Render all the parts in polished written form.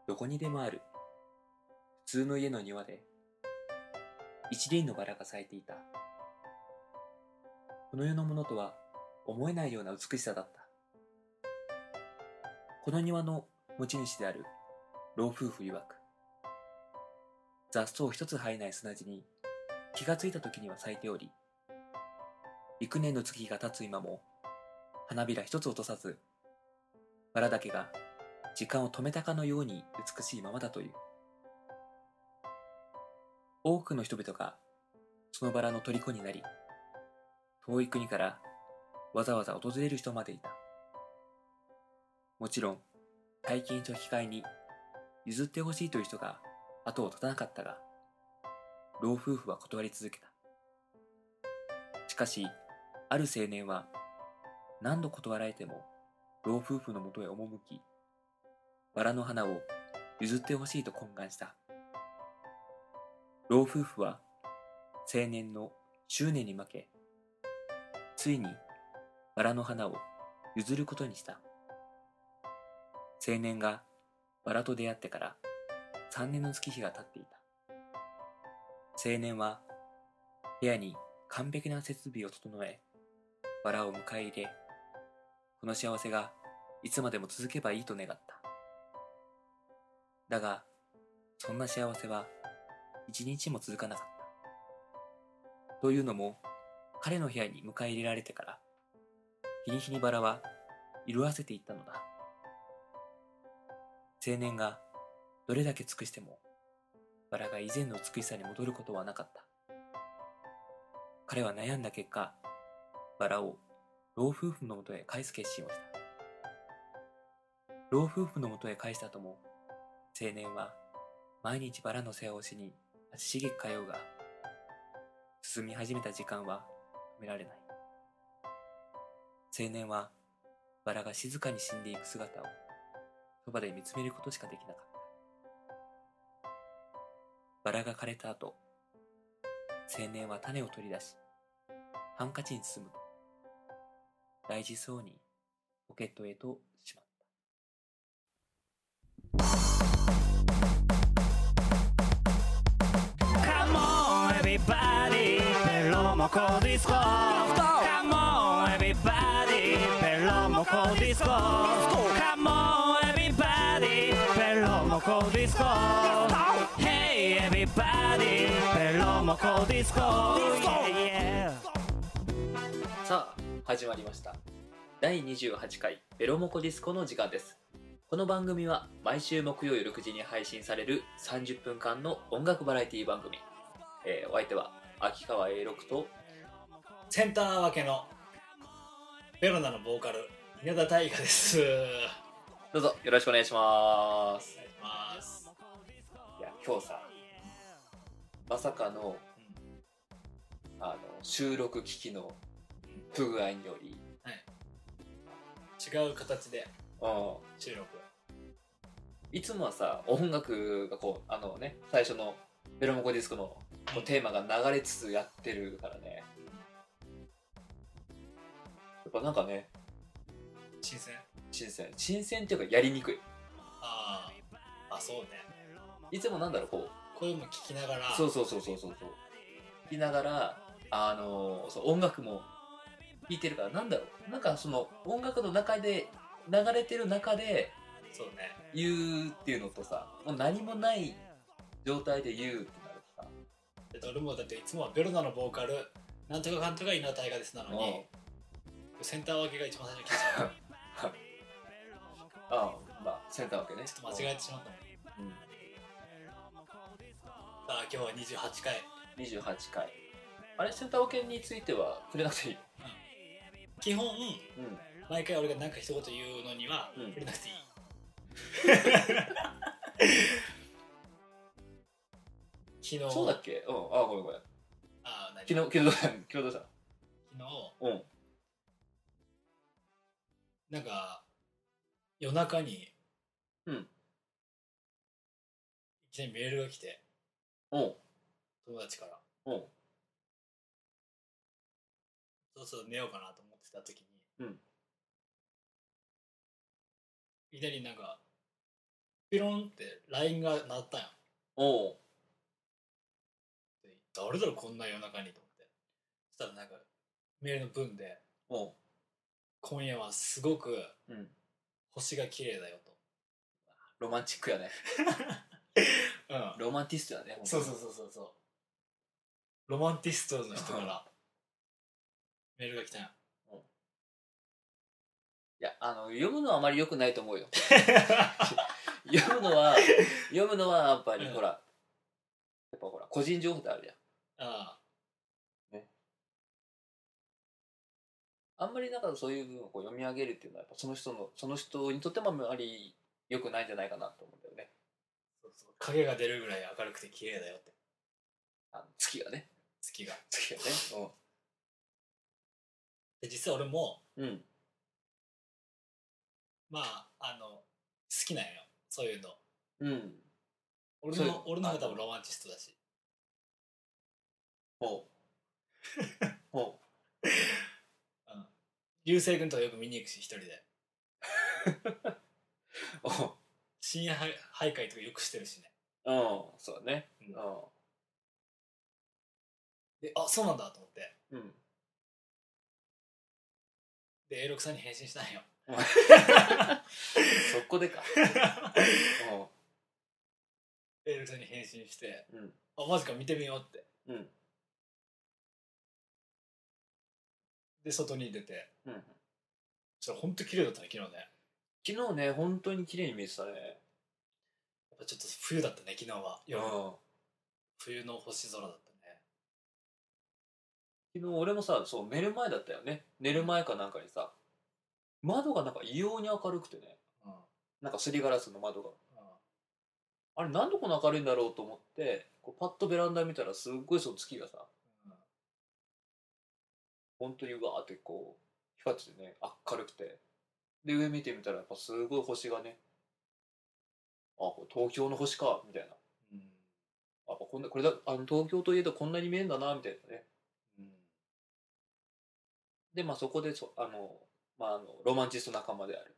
どこにでもある普通の家の庭で一輪のバラが咲いていた。この世のものとは思えないような美しさだった。この庭の持ち主である老夫婦曰く、雑草一つ生えない砂地に気がついた時には咲いており、幾年の月日が経つ今も花びら一つ落とさず、バラだけが時間を止めたかのように美しいままだという。多くの人々がそのバラの虜になり、遠い国からわざわざ訪れる人までいた。もちろん大金と引き換えに譲ってほしいという人が後を絶たなかったが、老夫婦は断り続けた。しかしある青年は何度断られても老夫婦のもとへ赴き、バラの花を譲ってほしいと懇願した。老夫婦は青年の執念に負け、ついにバラの花を譲ることにした。青年がバラと出会ってから3年の月日が経っていた。青年は部屋に完璧な設備を整え、バラを迎え入れ、この幸せがいつまでも続けばいいと願った。だが、そんな幸せは一日も続かなかった。というのも、彼の部屋に迎え入れられてから、日に日にバラは色あせていったのだ。青年がどれだけ尽くしても、バラが以前の美しさに戻ることはなかった。彼は悩んだ結果、バラを老夫婦のもとへ返す決心をした。老夫婦のもとへ返した後も、青年は毎日バラの世話をしに足しげく通うが、進み始めた時間は止められない。青年はバラが静かに死んでいく姿をそばで見つめることしかできなかった。バラが枯れた後、青年は種を取り出し、ハンカチに包むと、大事そうにポケットへとしまった。 Come on everybody ペロモコディスコ Come on everybody ペロモコディスコ Come on everybody ペロモコディスコ Hey everybody ペロモコディスコ Yeah, yeah. さあ始まりました。第28回ベロモコディスコの時間です。この番組は毎週木曜夜6時に配信される30分間の音楽バラエティ番組。お相手は秋川 A6 とセンター分けのベロナのボーカル稲田大我です。 どうぞよろしくお願いします。 お願いします。 いや今日さ、まさかの、収録機器の不具合により、 違う形で収録。 いつもはさ音楽がこう最初のベロモコディスコのこうテーマが流れつつやってるからね、やっぱなんかね新鮮っていうかやりにくい。 あそうね。 いつもなんだろうこういうの聞きながらそう聞きながらそう音楽も聴いてるから、なんだろうなんかその音楽の中で流れてる中でそうね言うっていうのとさ、もう何もない状態で言うってなるとさ、 俺もだっていつもはベロナのボーカルなんとかかんとか稲田大我ですなのに、センター分けが一番最初に聞いちゃうまあセンターわけね。 ちょっと間違えてしまったもん。さあ今日は28回。 あれセンター分けについては触れなくていい？ 基本、毎回俺が何か一言言うのには触れなくていい。昨日そうだっけ？ごめん。昨日どうした？ なんか夜中にいきなりメールが来て、友達からそろそろ寝ようかなと思ってた時に、いきなりなんかピロンって LINE が鳴ったんよ。 おう。 で誰だろこんな夜中にと思って。そしたらなんかメールの文でおう。 今夜はすごくうん。 星が綺麗だよロマンチックやね。 と。うん。 ロマンティストやね。 そうそうそうそうそう。ロマンティストの人からメールが来たんや。 いや、読むのはあまり良くないと思うよ。読むのはやっぱり、 うんほら、個人情報ってあるやん。 ああんまりなんかそういうのをこう読み上げるっていうのは、やっぱその人にとってもあまり良くないんじゃないかなと思うんだよね。 そうそう。影が出るぐらい明るくて綺麗だよって。 月がね。 月が。 月がね。 で実は俺もうん。 まあ好きなんよそういうの。 うん。 俺そういうの方が多分ロマンチストだし。 ほう。ほ流星群とかよく見に行くし一人で。 う。おう。 深夜徘徊とかよくしてるしね。 うん。そうだね。 うんうでそうなんだと思って。 ん。うん。 で A6 さんに返信したんよ。 そこでか。おう。 A6 さんに返信してうん。 マジか見てみようって。 うん。 で外に出てうん。 そしたらほんと綺麗だったね昨日ね。 昨日ね、本当に綺麗に見えてたね。 やっぱちょっと冬だったね昨日は。夜うん。 冬の星空だったね。 昨日俺もさ、そう、寝る前だったよね。寝る前かなんかにさ、窓がなんか異様に明るくてね。 うんなんかすりガラスの窓が。 うんあれなんでこんな明るいんだろうと思って、こうパッとベランダ見たらすっごいその月がさ、本当にうわーってこう、光っててね、明るくて。で、上見てみたらやっぱすごい星がね、これ東京の星か、みたいな。 うんやっぱこれだ、東京といえどこんなに見えんだな、みたいなね。 うんで、まあそこでロマンチスト仲間である。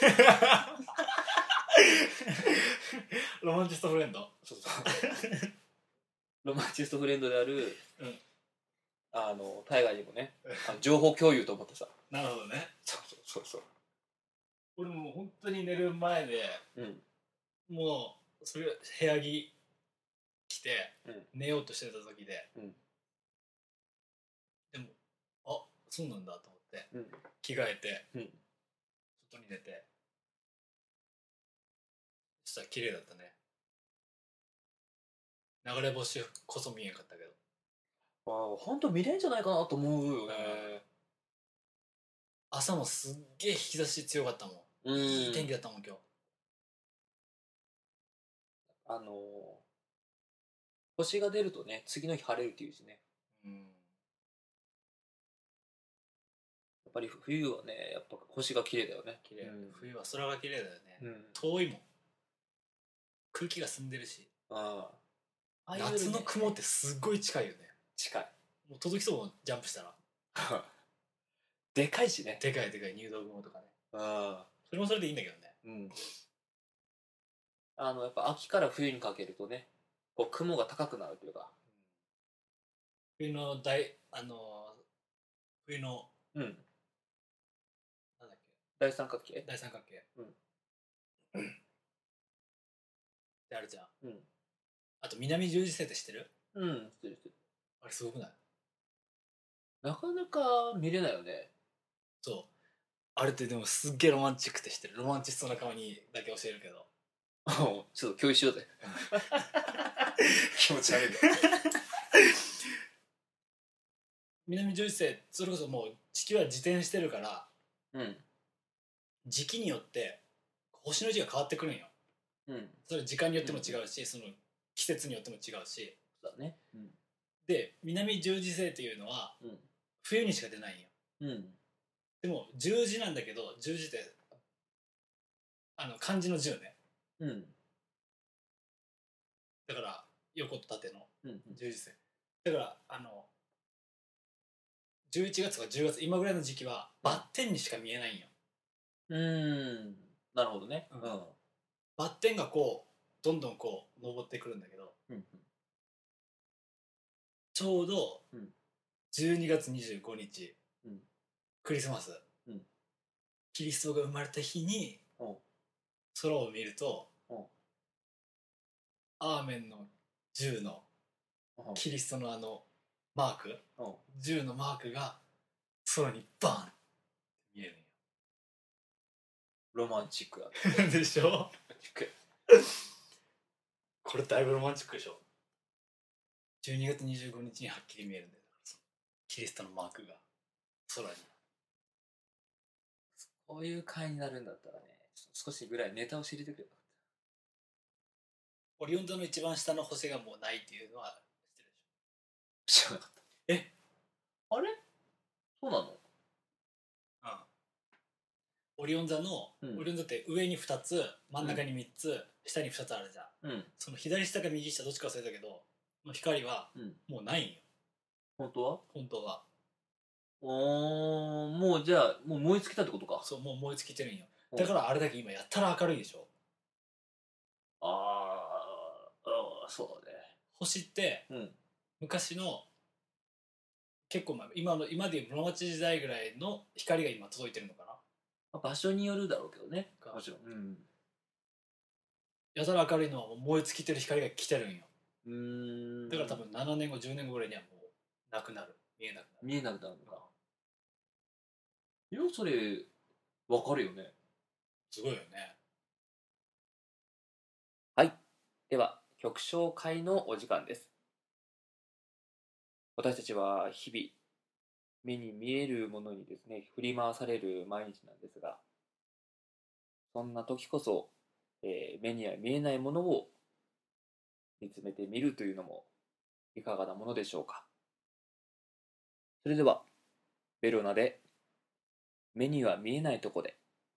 ロマンチストフレンド。 そうそう。ロマンチストフレンドである、 うん大河にもね、情報共有と思ってさ。 なるほどね。 そうそう。 俺もう本当に寝る前でうん。 もうそれ部屋着着てうん寝ようとしてた時で、 うんでもそうなんだと思ってうん。 着替えて、 うん外に出てそしたら綺麗だったね。流れ星こそ見えんかったけど。 本当見れんじゃないかなと思うよね。 朝もすっげえ日差し強かったもん。いい天気だったもん今日。 星が出るとね、次の日晴れるっていうしね。 うんやっぱり冬はね、やっぱ星が綺麗だよね。 綺麗、 うん冬は空が綺麗だよね、 うん。 遠いもん。空気が澄んでるし、 ああいうのね夏の雲ってすっごい近いよね。 近い。 もう届きそうもんジャンプしたら。 でかいしね。 でかいでかい入道雲とかね。 あそれもそれでいいんだけどね。 うん。やっぱ秋から冬にかけるとね、こう雲が高くなるというか。 冬の冬のうん。 なんだっけ、 大三角形。 大三角形。 うん。 であるじゃん。 うん。 あと南十字星って知ってる？ うん。知ってる知ってる。 あれすごくない？ なかなか見れないよね。 そう。あれってでもすっげえロマンチックって知ってる？ロマンチストな顔にだけ教えるけど。 ちょっと共有しようぜ。気持ち悪いね。 南十字星それこそもう地球は自転してるからうん。 時期によって星の位置が変わってくるんよ。 うん。 それ時間によっても違うし、その季節によっても違うし。 そうだね。うん。 で南十字星っていうのはうん。 冬にしか出ないんよ。 うん。 でも十字なんだけど、十字って漢字の十ね。 うん。 だから横と縦のうん。 十字星。だから11月か10月今ぐらいの時期はバッテンにしか見えないんよ。 なるほどね。 うんうん。 バッテンがこうどんどんこう登ってくるんだけど、 うんちょうどうん 12月25日、 うんクリスマス、 うんキリストが生まれた日にうん空を見ると、 うんアーメンの10のうんキリストのあのマーク、 うん 10のマークが空にバーンって見えるロマンチックだんよでしょ。これだいぶロマンチックでしょ。12月25日にはっきり見えるんだよ。キリストのマークが空に。 こういう回になるんだったらね、少しぐらいネタを知りてくれば。 オリオン座の一番下の星がもうないっていうのは知らなかった。 えあれそうなの？ 知ってるでしょ。オリオン座の、オリオン座って上に2つ真ん中に3つ、下に2つあるじゃん。 うん。 その左下か右下どっちか忘れたけどの光はもうないんよ、 本当は？ 本当は。 もうじゃあもう燃え尽きたってことか。 そう、もう燃え尽きてるんよ。だからあれだけ今やったら明るいでしょ。 そうだね。 星って、昔の結構今でいう室町時代ぐらいの光が今届いてるのかな。 場所によるだろうけどね。もちろん。 やたら明るいのはもう燃え尽きてる光が来てるんよ。だから多分7年後10年後ぐらいにはもうなくなる、見えなくなる。 見えなくなるのか。それわかるよね。 すごいよね。 はい。では曲紹介のお時間です。私たちは日々目に見えるものにですね、振り回される毎日なんですが、そんな時こそ、目には見えないものを見つめてみるというのもいかがなものでしょうか。それではベロナで目には見えないとこで。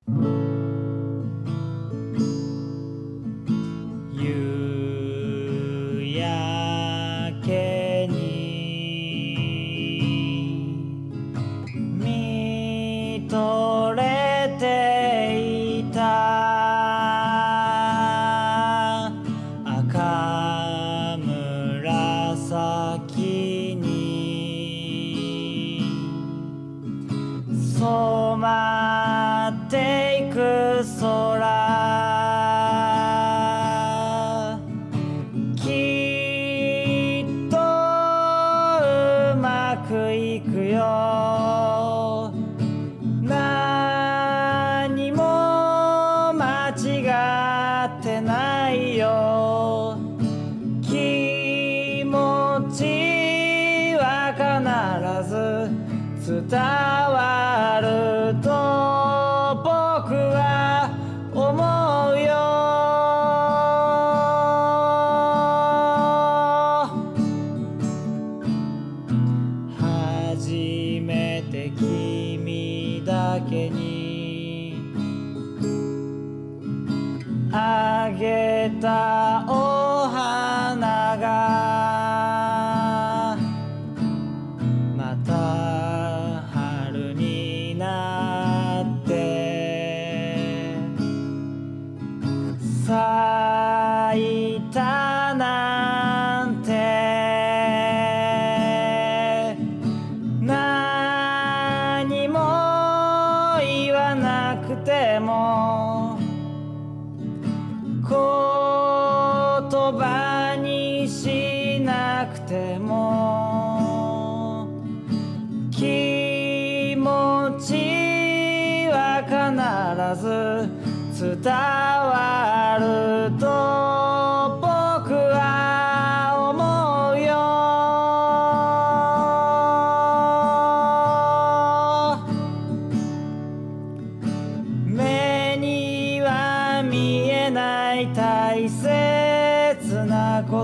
夕焼けに見とれていた赤紫に染まっていく空、きっとうまくいくよ、何も間違ってないよ、気持ちは必ず伝わると僕は思うよ。初めて君だけにあげたお花がまた春になって咲いたなんて、何も言わなくても言葉にしなくても気持ちは必ず伝わると僕は思うよ。目には見えない大切なこと、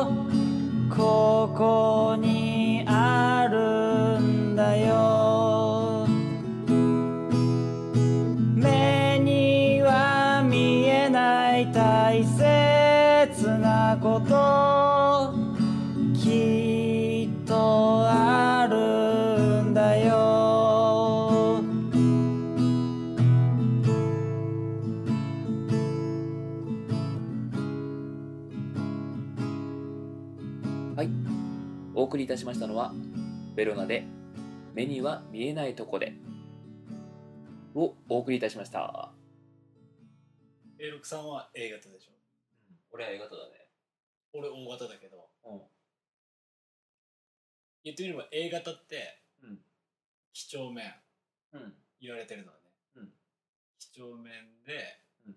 ここにあるんだよ。目には見えない大切なこと、きっとあるんだよ。 はい、お送りいたしましたのはベロナで目には見えないとこでをお送りいたしました。 A6 さんは A 型でしょ。 俺は A 型だね。 俺 O 型だけど、 うん、 言ってみれば A 型ってうん、 几帳面うん、 言われてるのはね、 うん、 几帳面で、 うん、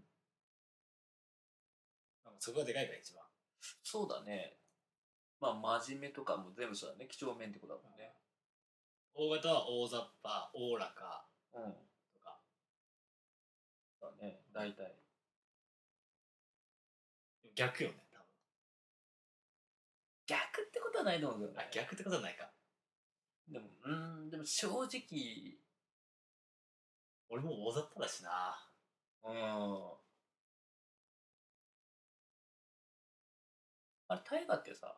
なんかそこがでかいから一番。 そうだね。まあ真面目とかも全部そうだね。几帳面ってことだもんね。 O 型は大雑把、おおらかうん、 とか。 だね、大体。 逆よね、多分。 逆ってことはないと思うけどね。 あ、逆ってことはないか。 でも、でも正直、 俺も大雑把だしな。 あれ、大河ってさ、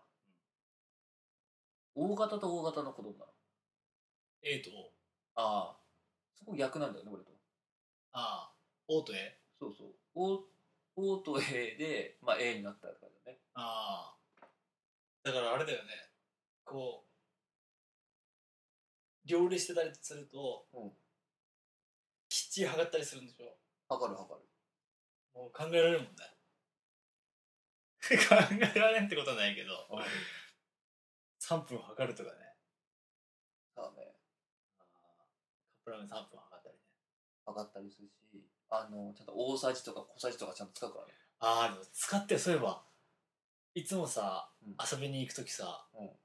大型と大型の子供なの。 A と O。 ああ、そこ逆なんだよね、俺と。 ああ、O と A。 そうそう。O と A で、まあ A になったって感じだね。 ああ。だからあれだよね。こう、料理してたりすると、きっちり測ったりするんでしょ。 測る測る。 もう考えられるもんね。考えられんってことはないけど、3分測るとかね。 そうね。 カップラーメン3分測ったりね。 測ったりするし、ちゃんと大さじとか小さじとかちゃんと使うからね。 ああ、でも使ってそういえば、いつもさ、 うん遊びに行くときさ、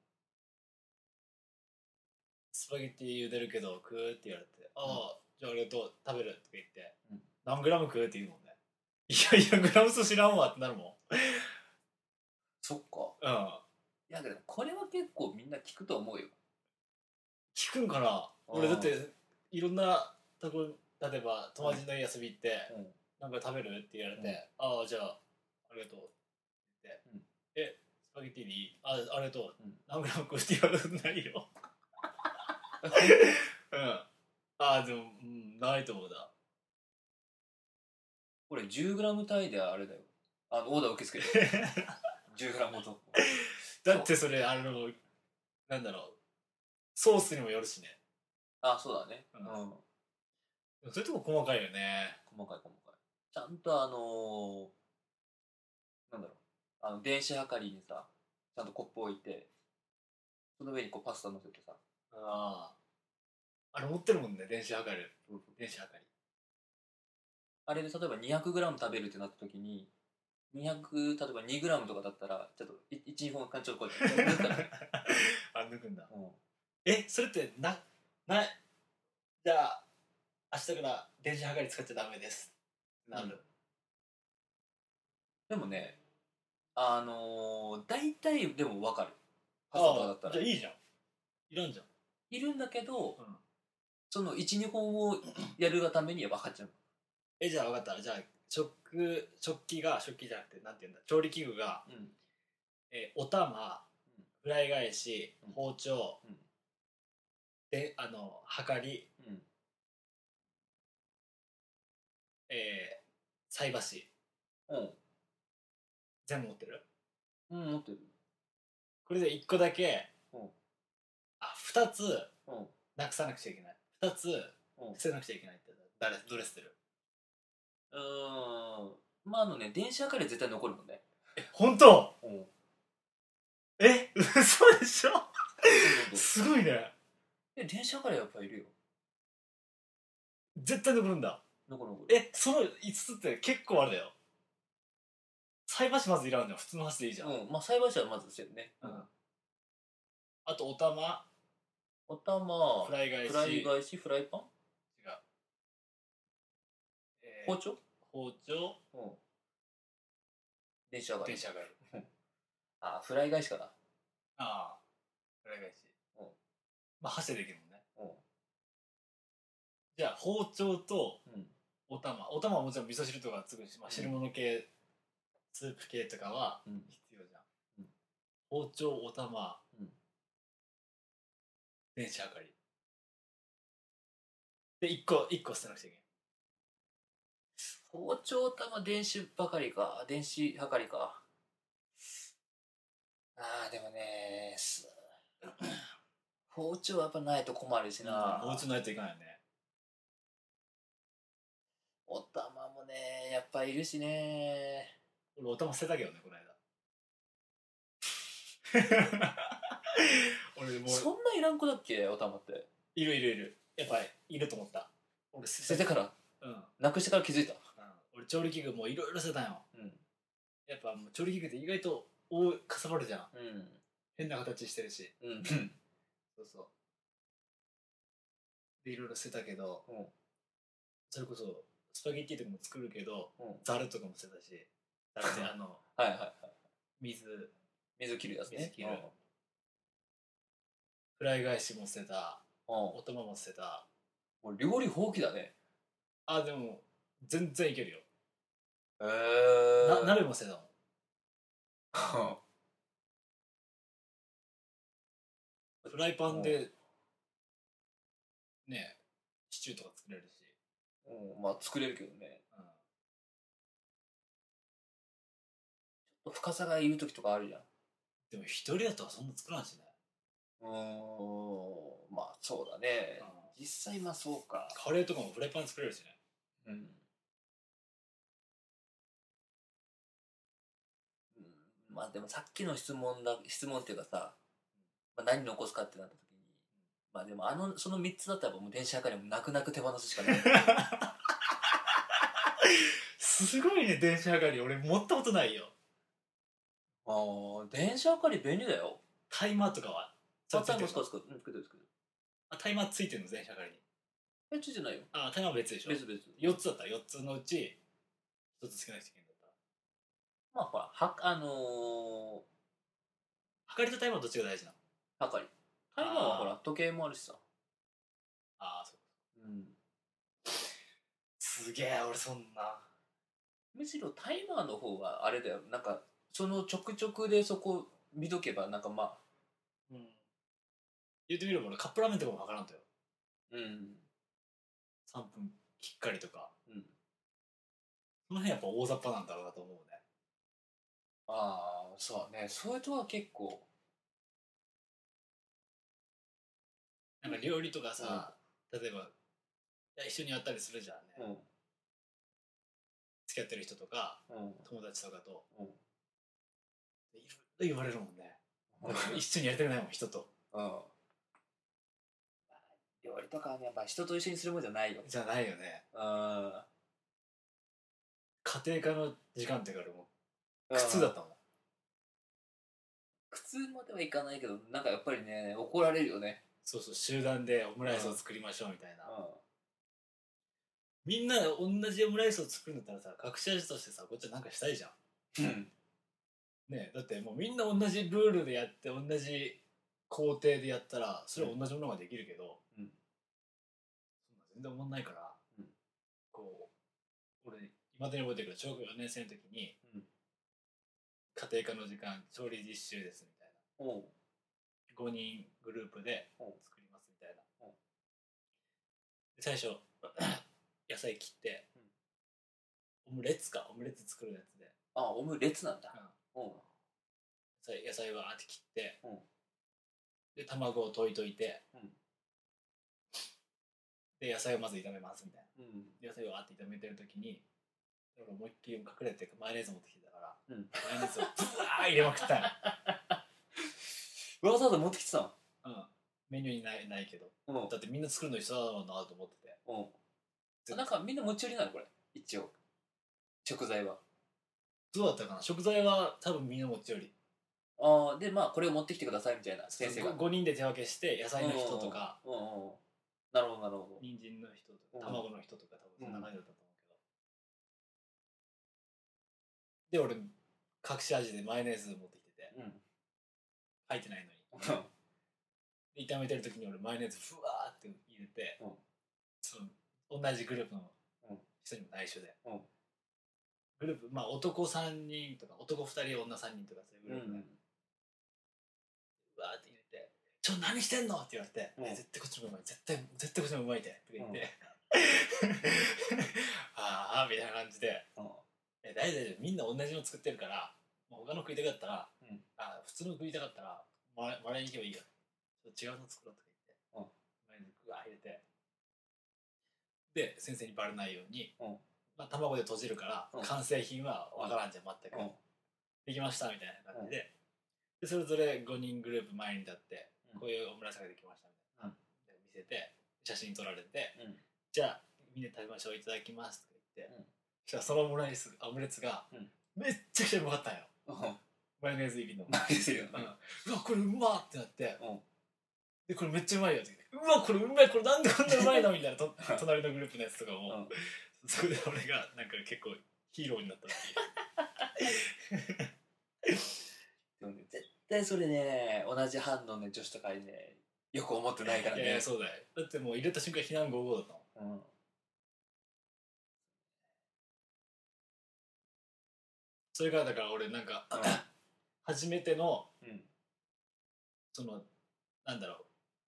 スパゲッティ茹でるけど食うって言われて、ああ、じゃあありがとう、食べるって言って、何グラム食うって言うもんね。いやいや、グラム数知らんわってなるもん。 そっか。 うん。 いや、でもこれは結構みんな聞くと思うよ。 聞くんかな。俺だっていろんなとこ、例えば友達の家遊び行って、なんか食べるって言われて、ああ、じゃあありがとうって言って、スパゲッティでいい、ありがとう、何グラム食うって言われるんないよ。うん。ああ、でも、ないと思うだ。 これ 10g 単位であれだよ。オーダー受け付ける。10g と。 だってそれ、なんだろう、ソースにもよるしね。 あ、そうだね。 そういうとこ細かいよね。 細かい細かい。ちゃんとなんだろう、電子量りにさ、ちゃんとコップ置いて、その上にこうパスタ乗せてさ。 あれ持ってるもんね、電子量る。電子量り。 あれで例えば 200g 食べるってなった時に、例えば 2g とかだったら、ちょっと1、2本間ちょっとこうやって抜くから。 抜くんだ。それってじゃあ明日から電子量り使っちゃダメですなる。 でもね、大体でも分かる。パスタとかだったら。 じゃあいいじゃん。いらんじゃん。 いるんだけど、その 1、2本をやるがためには分かっちゃう。 じゃあ分かった。じゃあ食器じゃなくて、なんていうんだ、調理器具が、お玉、フライ返し、包丁、で、量り、菜箸、全部持ってる？ 持ってる。 これで1個だけ、2つなくさなくちゃいけない。2つ捨てなくちゃいけないってどれ捨てる？ まあ電子量りは絶対残るもんね。 本当？嘘でしょ？すごいね。 電子量りはやっぱいるよ。 絶対残るんだ。 残る。 その5つって結構あれだよ。菜箸まずいらんじゃん。普通の箸でいいじゃん。 まあ菜箸はまずしてるね。 あとお玉、 フライ返し、フライパン？ 違う。 包丁？電子量り。フライ返しかな。 フライ返し。まあ箸でできるもんね。じゃあ包丁とお玉はもちろん味噌汁とかつくし、汁物系、スープ系とかは必要じゃん。包丁、お玉、電子量りで1個捨てなくちゃいけない。 包丁、玉、電子量りか。 ああ、でもね、包丁はやっぱないと困るしな。 包丁ないといかんよね。 お玉もね、やっぱいるしね。 俺お玉捨てたけどね、この間。俺もうそんないらん子だっけ、お玉って。 いる。やっぱりいると思った。俺捨ててからうん。 なくしてから気づいた。 俺調理器具もいろいろ捨てたんよ。 うん。 やっぱもう調理器具って意外とかさばるじゃん。 うん。 変な形してるし。 うん。 そうそう。で、いろいろ捨てたけど、それこそ、スパゲッティとかも作るけど、ザルとかも捨てたし、ザルってはいはいはい。水切るやつね。 水切る。フライ返しも捨てた。お玉も捨てた。 もう料理放棄だね。 あ、でも、全然いけるよ。鍋も捨てたもん。フライパンで、ね、シチューとか作れるし。 まあ作れるけどね。ちょっと深さがいる時とかあるじゃん。 でも一人だとはそんな作らんしね。 まあそうだね。実際まあそうか。 カレーとかもフライパンで作れるしね。 まあでもさっきの質問っていうかさ、まあ、何残すかってなった時に、まあでもその3つだったらもう電子明かりも泣く泣く手放すしかない。 すごいね、電子明かり。俺持ったことないよ。 電子明かり便利だよ。 タイマーとかはタイマーつけてる。 タイマーついてるの、電子明かりに。 ついてないよ。 タイマー別でしょ。別。4つだったら4つのうち1つつけなくちゃいけないんだったら。 まあほら、 明かりとタイマーどっちが大事なの？ 明かり。タイマーはほら、時計もあるしさ。 そう。すげえ、俺そんな。 むしろタイマーの方があれだよ。なんか、そのちょくちょくでそこ見とけば、なんかまあ。 言ってみれば俺カップラーメンとかもわからんとよ。3分きっかりとか。その辺やっぱ大雑把なんだろうなと思うね。 そうね。それとは結構。 なんか料理とかさ、例えば一緒にやったりするじゃんね。付き合ってる人とか、友達とかと。いろいろ言われるもんね。一緒にやりたくないもん、人と。 料理とかはね、やっぱ人と一緒にするもんじゃないよ。 じゃないよね。家庭科の時間ってからもう苦痛だったもん。 苦痛まではいかないけど、なんかやっぱりね、怒られるよね。 そうそう、集団でオムライスを作りましょうみたいな。みんな同じオムライスを作るんだったらさ、隠し味としてさ、こっちはなんかしたいじゃん。ね、だってもうみんな同じルールでやって同じ工程でやったらそれは同じものができるけど、そんな全然思んないから、こう俺今でに覚えてるけど小学4年生の時に、家庭科の時間調理実習ですみたいな、5人グループで作りますみたいな、最初野菜切って、オムレツ作るやつで、 オムレツなんだ。 野菜はーって切って、で卵を溶いといて、で野菜をまず炒めますみたいな、野菜をわーって炒めてる時に俺思いっきり隠れてマヨネーズ持ってきてたから、マヨネーズをブワー入れまくったの。 わざわざ持ってきてたの？ メニューにないけど、だってみんな作るの一緒だろうなと思ってて、 なんかみんな持ち寄りなのこれ一応食材は。 どうだったかな。食材は多分みんな持ち寄り。 でまあこれを持ってきてくださいみたいな先生が。 5人で手分けして野菜の人とか、 なるほどなるほど。 人参の人とか卵の人とか多分そんな感じだったと思うけど。で俺隠し味でマヨネーズ持ってきてて、入ってないのに。炒めてる時に俺マヨネーズふわーって入れて、その同じグループの人にも内緒で。グループ、まあ男3人とか男2人女3人とかそういうグループで、うわーって入れて「ちょ何してんの?」って言われて「絶対こっちの方がうまい、絶対こっちの方がうまいで」とか言ってああみたいな感じで「大丈夫みんな同じの作ってるからもう他の食いたかったら普通の食いたかったらマレーに行けばいいよ、違うの作ろうとか言って、マヨネーズグワー入れて、で先生にバレないように、卵で閉じるから、完成品は分からんじゃん全く、できましたみたいな感じで、でそれぞれ5人グループ前に立って、こういうオムライスができましたみたいな、で見せて写真撮られて、じゃあみんなで食べましょう、いただきますとか言って、そしたらそのオムレツがめっちゃくちゃうまかったんよ、マヨネーズ入りの。うわこれうまってなって、でこれめっちゃうまいよって言って、うわこれうまい、これなんでこんなうまいのみたいな隣のグループのやつとかも、それで俺がなんか結構ヒーローになったっていう。 でもね、絶対それね、同じ班のね女子とかにねよく思ってないからね。 いやそうだよ。だってもう入れた瞬間避難55だったもん。それからだから俺なんか、初めての、そのなんだろう、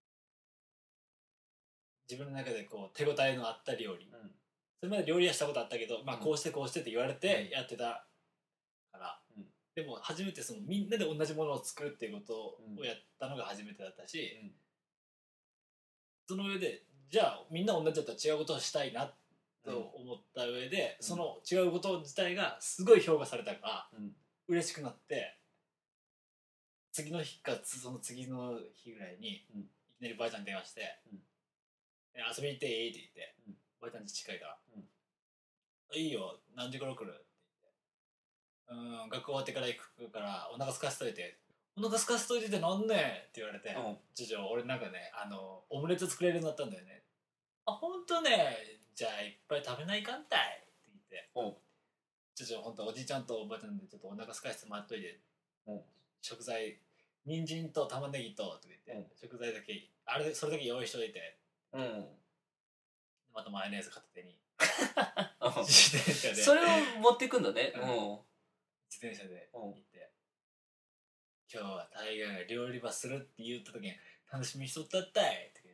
自分の中でこう手応えのあった料理、それまで料理はしたことあったけど、まあこうしてこうしてって言われてやってたから、でも初めてそのみんなで同じものを作るっていうことをやったのが初めてだったし、その上でじゃあみんな同じだったら違うことをしたいなと思った上で、その違うこと自体がすごい評価されたから、嬉しくなって、次の日かその次の日ぐらいに、いきなりばあちゃんに電話して、遊びに行っていいって言って、ばあちゃん家近いから、いいよ、何時頃来るって言って、学校終わってから行くからお腹空かせといて、お腹空かせといてってなんねんって言われて、次女俺なんかね、オムレツ作れるようになったんだよね。あ、ほんとね、じゃあいっぱい食べないかんたいって言って、次女ほんとおじいちゃんとおばあちゃんでちょっとお腹空かせて待っといて、食材人参と玉ねぎととか言って、食材だけそれだけ用意しといて、またマヨネーズ片手に自転車でそれを持っていくんだね。 自転車で行って、今日は大河が料理場するって言った時に楽しみにしとったったいって言って、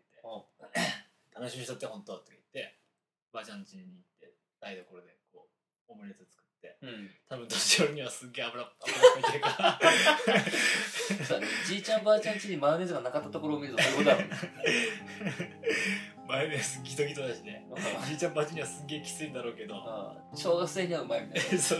楽しみにしとってほんとって言って、ばあちゃん家に行って台所でこうオムレツ作って、多分年寄りにはすっげえ油っこいてるからじいちゃんばあちゃん家にマヨネーズがなかったところを見るとそういうことだろうね。 マヨネーズギトギトだしね、じいちゃんばあちゃんにはすっげえきついんだろうけど、 小学生にはうまいみたいな。 そう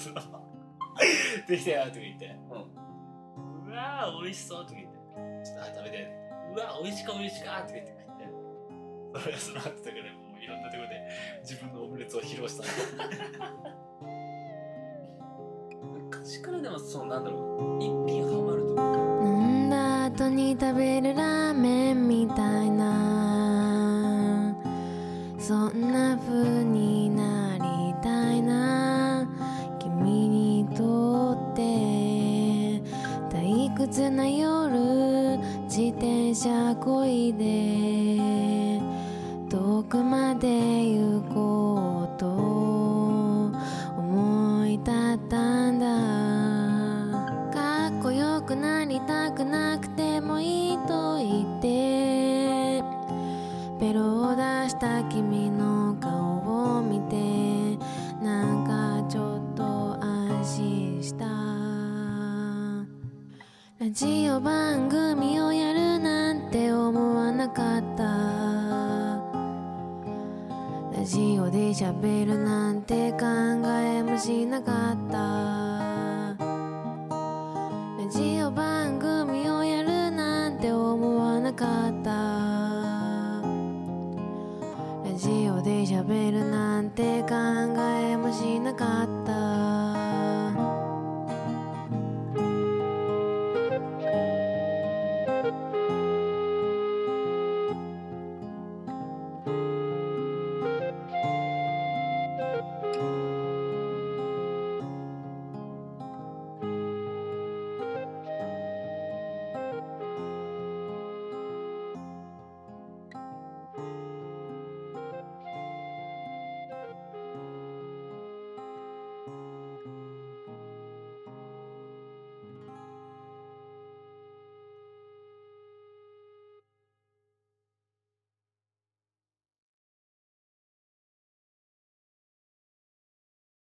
できたよって言って、うわー美味しそうって言って、ちょっと食べて、うわー美味しか美味しかって言って食って、それはその後だからもういろんなところで自分のオムレツを披露したんだ。 昔からでもそうなんだろう、一品ハマると飲んだ後に食べるラーメンみたいな、そんな風になりたいな、君にとって退屈な夜自転車こいで遠くまで行こうと思い立ったんだ。かっこよくなりたくなくてもいいと言ってベロを出した君の顔を見てなんかちょっと安心した。ラジオ番組をやるなんて思わなかった。ラジオで喋るなんて考えもしなかった。ラジオ番組をやるなんて思わなかった。ラジオで喋るなんて考えもしなかった。